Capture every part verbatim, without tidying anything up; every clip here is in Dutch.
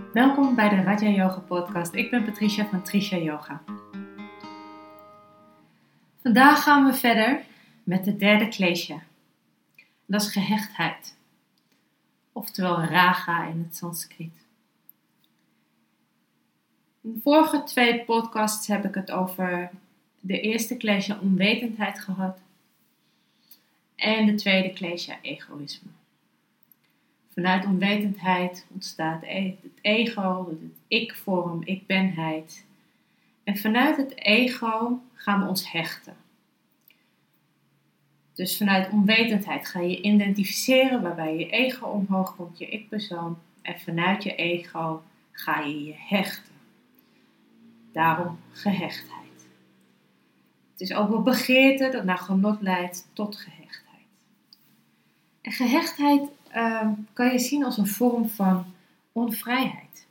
Welkom bij de Raja Yoga podcast. Ik ben Patricia van Trisha Yoga. Vandaag gaan we verder met de derde klesha. Dat is gehechtheid. Oftewel raga in het Sanskriet. In de vorige twee podcasts heb ik het over de eerste klesha onwetendheid gehad. En de tweede klesha egoïsme. Vanuit onwetendheid ontstaat het ego, het ik-vorm, ik-benheid. En vanuit het ego gaan we ons hechten. Dus vanuit onwetendheid ga je identificeren waarbij je ego omhoog komt, je ik-persoon. En vanuit je ego ga je je hechten. Daarom gehechtheid. Het is ook wel begeerte dat naar genot leidt tot gehechtheid. En gehechtheid uh, kan je zien als een vorm van onvrijheid.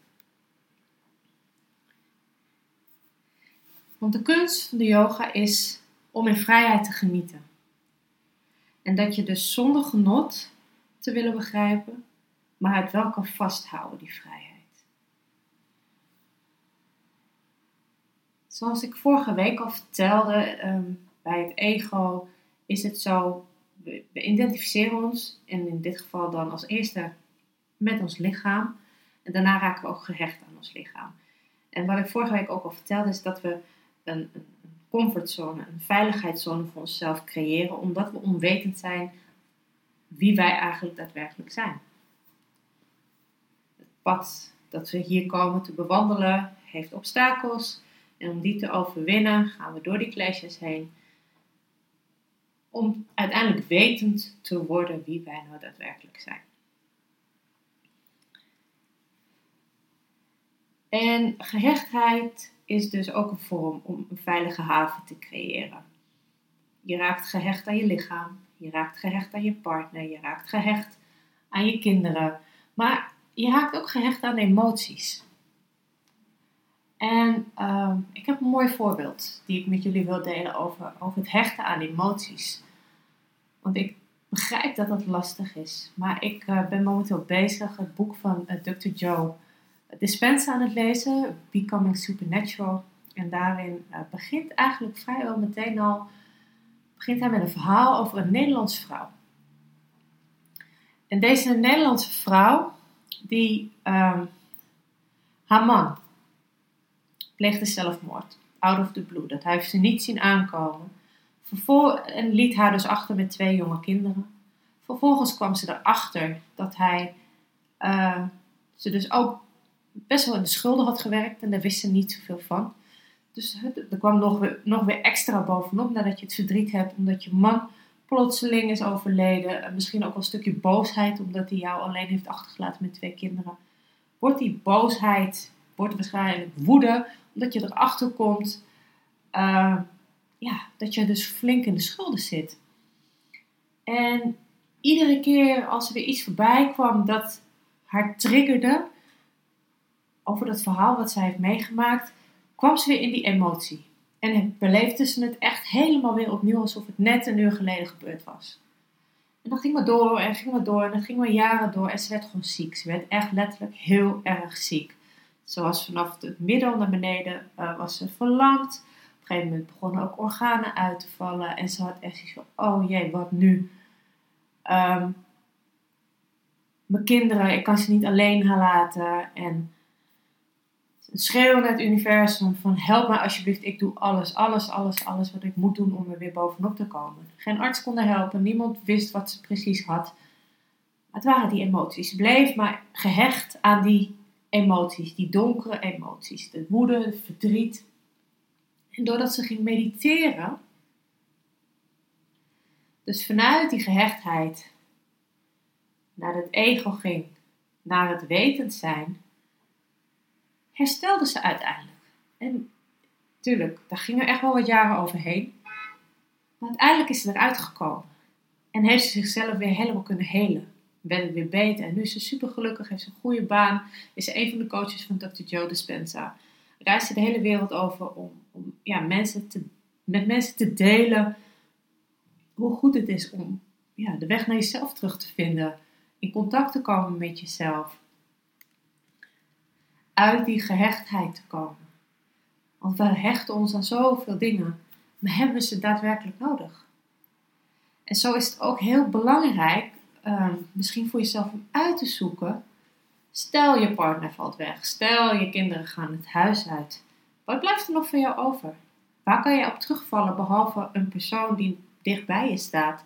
Want de kunst van de yoga is om in vrijheid te genieten. En dat je dus zonder genot te willen begrijpen, maar het wel kan vasthouden, die vrijheid. Zoals ik vorige week al vertelde, um, bij het ego is het zo, we, we identificeren ons, en in dit geval dan als eerste met ons lichaam. En daarna raken we ook gehecht aan ons lichaam. En wat ik vorige week ook al vertelde, is dat we een, een comfortzone, een veiligheidszone voor onszelf creëren, omdat we onwetend zijn wie wij eigenlijk daadwerkelijk zijn. Het pad dat we hier komen te bewandelen heeft obstakels. En om die te overwinnen gaan we door die klesjes heen. Om uiteindelijk wetend te worden wie wij nou daadwerkelijk zijn. En gehechtheid is dus ook een vorm om een veilige haven te creëren. Je raakt gehecht aan je lichaam. Je raakt gehecht aan je partner. Je raakt gehecht aan je kinderen. Maar je raakt ook gehecht aan emoties. En uh, ik heb een mooi voorbeeld die ik met jullie wil delen over, over het hechten aan emoties. Want ik begrijp dat dat lastig is. Maar ik uh, ben momenteel bezig het boek van uh, dokter Joe Dispenza aan het lezen. Becoming Supernatural. En daarin uh, begint eigenlijk vrijwel meteen al begint hij met een verhaal over een Nederlandse vrouw. En deze Nederlandse vrouw, die uh, haar man pleegde zelfmoord, out of the blue. Dat heeft ze niet zien aankomen. Vervol- en liet haar dus achter met twee jonge kinderen. Vervolgens kwam ze erachter dat hij uh, ze dus ook best wel in de schulden had gewerkt. En daar wist ze niet zoveel van. Dus er kwam nog weer, nog weer extra bovenop nadat je het verdriet hebt. Omdat je man plotseling is overleden. En misschien ook wel een stukje boosheid omdat hij jou alleen heeft achtergelaten met twee kinderen. Wordt die boosheid, wordt waarschijnlijk woede, omdat je erachter komt uh, ja, dat je dus flink in de schulden zit. En iedere keer als er weer iets voorbij kwam dat haar triggerde over dat verhaal wat zij heeft meegemaakt, kwam ze weer in die emotie. En beleefde ze het echt helemaal weer opnieuw alsof het net een uur geleden gebeurd was. En dat ging maar door en ging maar door en dat ging maar jaren door en ze werd gewoon ziek. Ze werd echt letterlijk heel erg ziek. Zoals vanaf het midden naar beneden uh, was ze verlamd. Op een gegeven moment begonnen ook organen uit te vallen. En ze had echt zoiets van, oh jee, wat nu? Um, mijn kinderen, ik kan ze niet alleen laten. En schreeuwen naar het universum van, help mij alsjeblieft. Ik doe alles, alles, alles, alles wat ik moet doen om er weer bovenop te komen. Geen arts kon haar helpen. Niemand wist wat ze precies had. Maar het waren die emoties. Ze bleef maar gehecht aan die emoties, die donkere emoties, de woede, het verdriet. En doordat ze ging mediteren, dus vanuit die gehechtheid naar het ego ging, naar het wetend zijn, herstelde ze uiteindelijk. En natuurlijk, daar gingen echt wel wat jaren overheen. Maar uiteindelijk is ze eruit gekomen. En heeft ze zichzelf weer helemaal kunnen helen. Werd het weer beter. En nu is ze super gelukkig, heeft ze een goede baan. Is ze een van de coaches van dokter Joe Dispenza. Reist ze de hele wereld over om, om ja, mensen te, met mensen te delen hoe goed het is om ja, de weg naar jezelf terug te vinden. In contact te komen met jezelf. uit die gehechtheid te komen. Want we hechten ons aan zoveel dingen, maar hebben we ze daadwerkelijk nodig? En zo is het ook heel belangrijk, uh, misschien voor jezelf om uit te zoeken. Stel je partner valt weg, stel je kinderen gaan het huis uit. Wat blijft er nog van jou over? Waar kan je op terugvallen behalve een persoon die dichtbij je staat?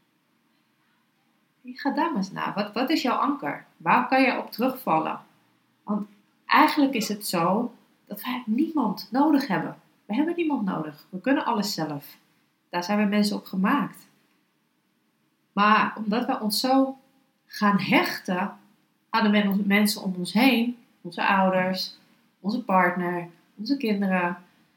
Je gaat daar maar eens naar. Wat, wat is jouw anker? Waar kan je op terugvallen? Want eigenlijk is het zo dat wij niemand nodig hebben. We hebben niemand nodig. We kunnen alles zelf. Daar zijn we mensen op gemaakt. Maar omdat we ons zo gaan hechten aan de mensen om ons heen, onze ouders, onze partner, onze kinderen.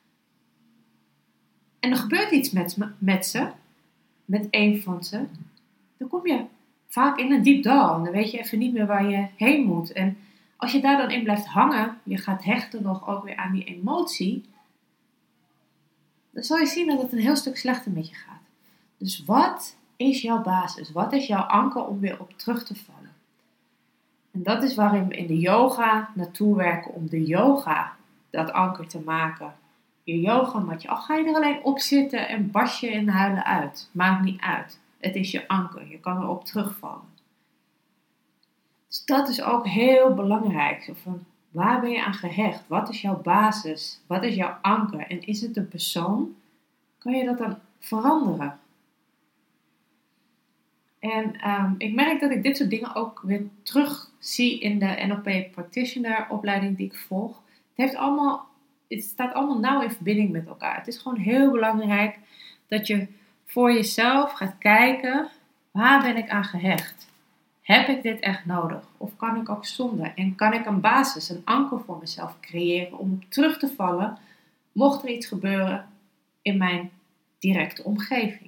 En er gebeurt iets met, met ze, met een van ze. Dan kom je vaak in een diep dal. En dan weet je even niet meer waar je heen moet. En als je daar dan in blijft hangen, je gaat hechten nog ook weer aan die emotie. Dan zal je zien dat het een heel stuk slechter met je gaat. Dus wat is jouw basis? Wat is jouw anker om weer op terug te vallen? En dat is waarin we in de yoga naartoe werken om de yoga dat anker te maken. Je yogamatje, al ga je er alleen op zitten en bas je en huilen uit. Maakt niet uit. Het is je anker. Je kan erop terugvallen. Dus dat is ook heel belangrijk. Zo van, waar ben je aan gehecht? Wat is jouw basis? Wat is jouw anker? En is het een persoon? Kan je dat dan veranderen? En um, ik merk dat ik dit soort dingen ook weer terug zie in de N L P Practitioner opleiding die ik volg. Het, heeft allemaal, het staat allemaal nauw in verbinding met elkaar. Het is gewoon heel belangrijk dat je voor jezelf gaat kijken, waar ben ik aan gehecht? Heb ik dit echt nodig? Of kan ik ook zonder? En kan ik een basis, een anker voor mezelf creëren om terug te vallen, mocht er iets gebeuren in mijn directe omgeving?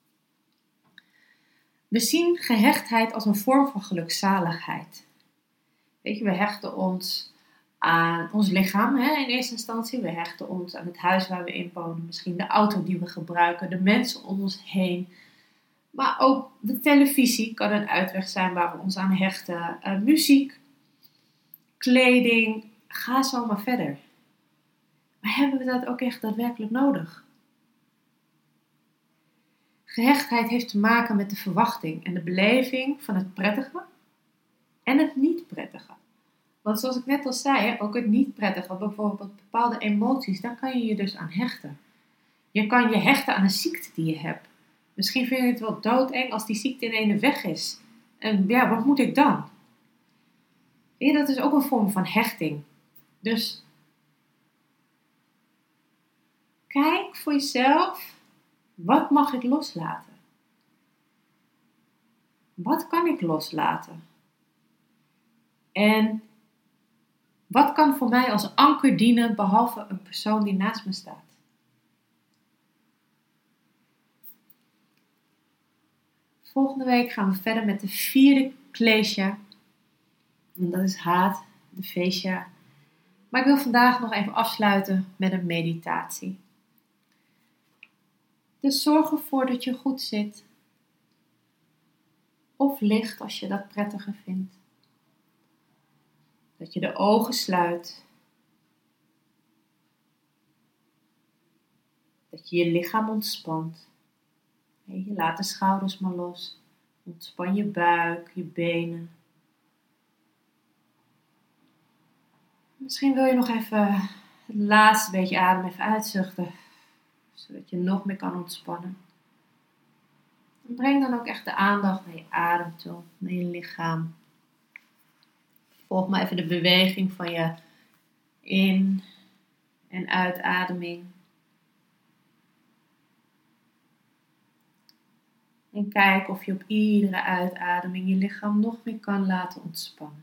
We zien gehechtheid als een vorm van gelukzaligheid. Weet je, we hechten ons aan ons lichaam hè, in eerste instantie. We hechten ons aan het huis waar we in wonen. Misschien de auto die we gebruiken. De mensen om ons heen. Maar ook de televisie kan een uitweg zijn waar we ons aan hechten. Uh, muziek, kleding. Ga zo maar verder. Maar hebben we dat ook echt daadwerkelijk nodig? Gehechtheid heeft te maken met de verwachting en de beleving van het prettige en het niet prettige. Want zoals ik net al zei, ook het niet prettige, bijvoorbeeld bepaalde emoties, daar kan je je dus aan hechten. Je kan je hechten aan een ziekte die je hebt. Misschien vind je het wel doodeng als die ziekte in ene weg is. En ja, wat moet ik dan? Ja, dat is ook een vorm van hechting. Dus kijk voor jezelf. Wat mag ik loslaten? Wat kan ik loslaten? En wat kan voor mij als anker dienen behalve een persoon die naast me staat? Volgende week gaan we verder met de vierde klesja. En dat is haat, de fascia. Maar ik wil vandaag nog even afsluiten met een meditatie. Dus zorg ervoor dat je goed zit. Of ligt als je dat prettiger vindt. Dat je de ogen sluit. Dat je je lichaam ontspant. Je laat de schouders maar los. Ontspan je buik, je benen. Misschien wil je nog even het laatste beetje adem even uitzuchten. Zodat je nog meer kan ontspannen. En breng dan ook echt de aandacht naar je adem toe, naar je lichaam. Volg maar even de beweging van je in- en uitademing. En kijk of je op iedere uitademing je lichaam nog meer kan laten ontspannen.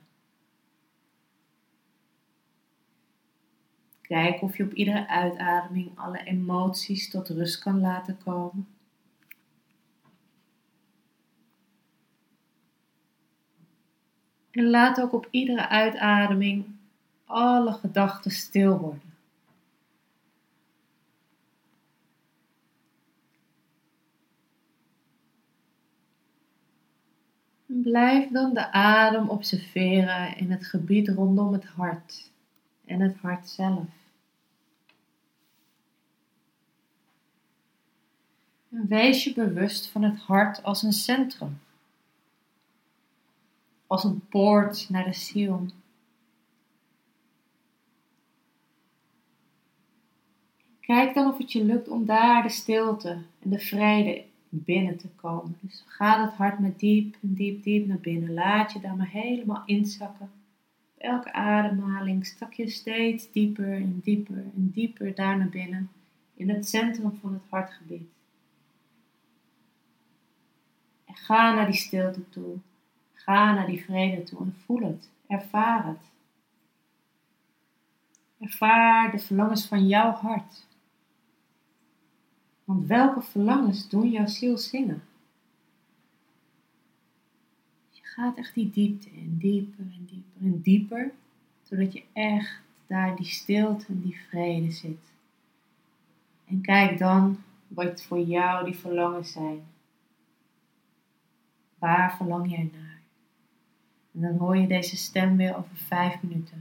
Kijk of je op iedere uitademing alle emoties tot rust kan laten komen. En laat ook op iedere uitademing alle gedachten stil worden. En blijf dan de adem observeren in het gebied rondom het hart. en het hart zelf. En wees je bewust van het hart als een centrum. Als een poort naar de ziel. Kijk dan of het je lukt om daar de stilte en de vrede binnen te komen. Dus ga het hart maar diep en diep, diep naar binnen. Laat je daar maar helemaal inzakken. Op elke ademhaling stak je steeds dieper en dieper en dieper daar naar binnen. In het centrum van het hartgebied. En ga naar die stilte toe. Ga naar die vrede toe en voel het. Ervaar het. Ervaar de verlangens van jouw hart. Want welke verlangens doen jouw ziel zingen? Je gaat echt die diepte in, dieper en dieper en dieper, zodat je echt daar die stilte en die vrede zit. En kijk dan wat voor jou die verlangens zijn. Waar verlang jij naar? En dan hoor je deze stem weer over vijf minuten.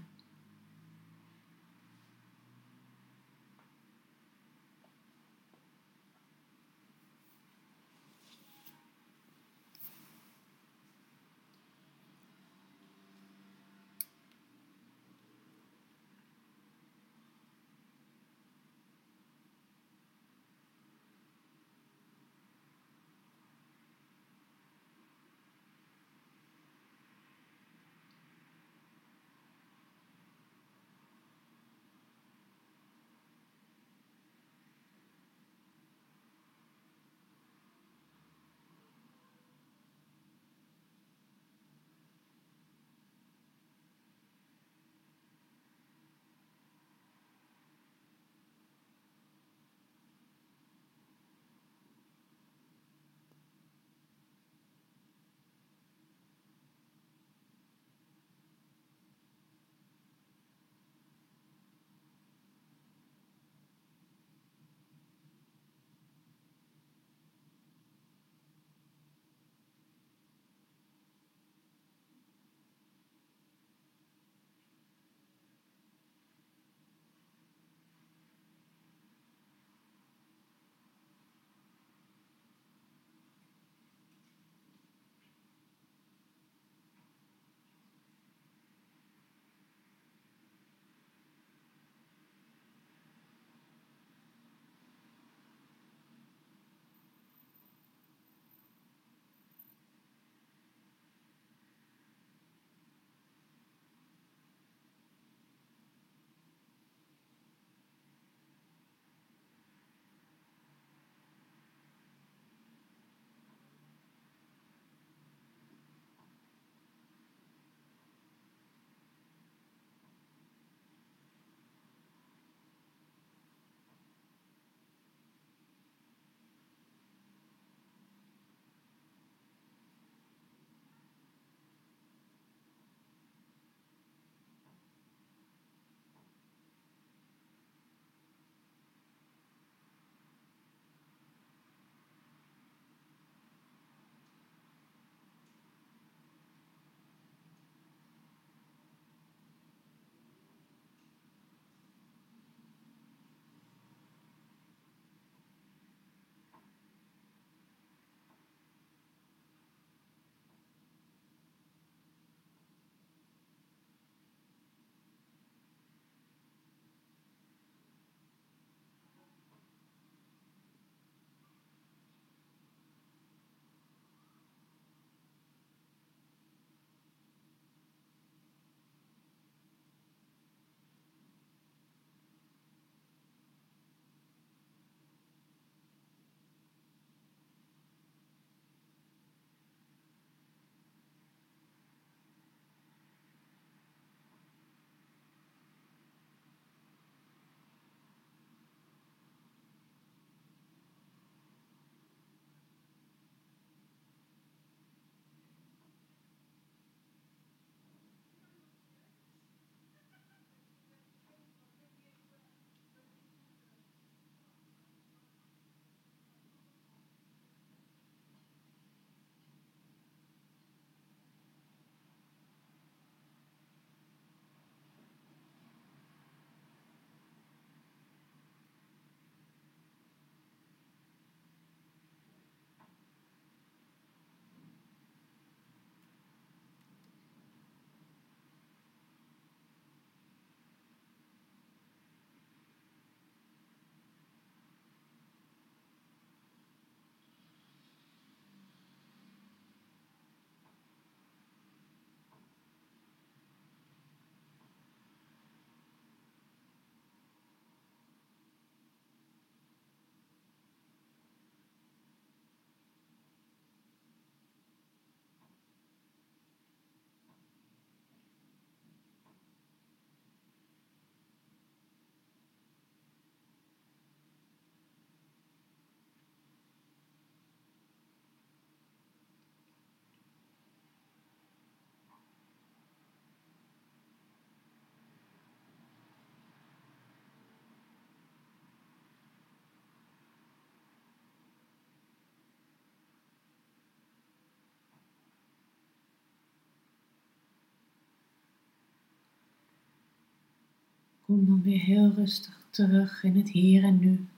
Kom dan weer heel rustig terug in het hier en nu.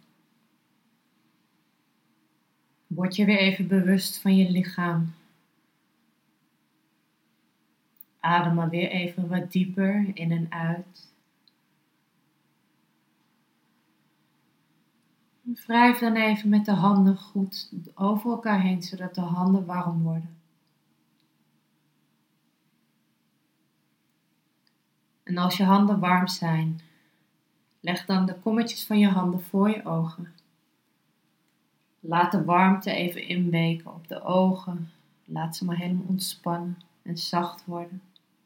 Word je weer even bewust van je lichaam. Adem maar weer even wat dieper in en uit. En wrijf dan even met de handen goed over elkaar heen, zodat de handen warm worden. En als je handen warm zijn, leg dan de kommetjes van je handen voor je ogen. Laat de warmte even inweken op de ogen. Laat ze maar helemaal ontspannen en zacht worden.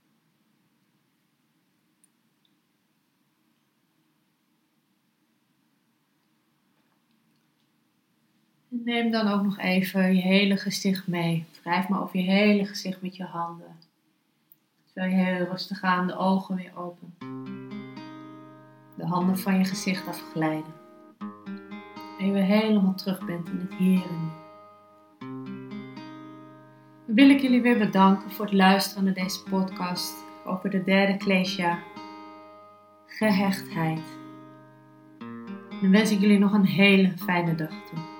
En neem dan ook nog even je hele gezicht mee. Wrijf maar over je hele gezicht met je handen. Terwijl je heel rustig aan de ogen weer open. De handen van je gezicht afglijden. En je weer helemaal terug bent in het hier en nu. Dan wil ik jullie weer bedanken voor het luisteren naar deze podcast over de derde klesja, gehechtheid. Dan wens ik jullie nog een hele fijne dag toe.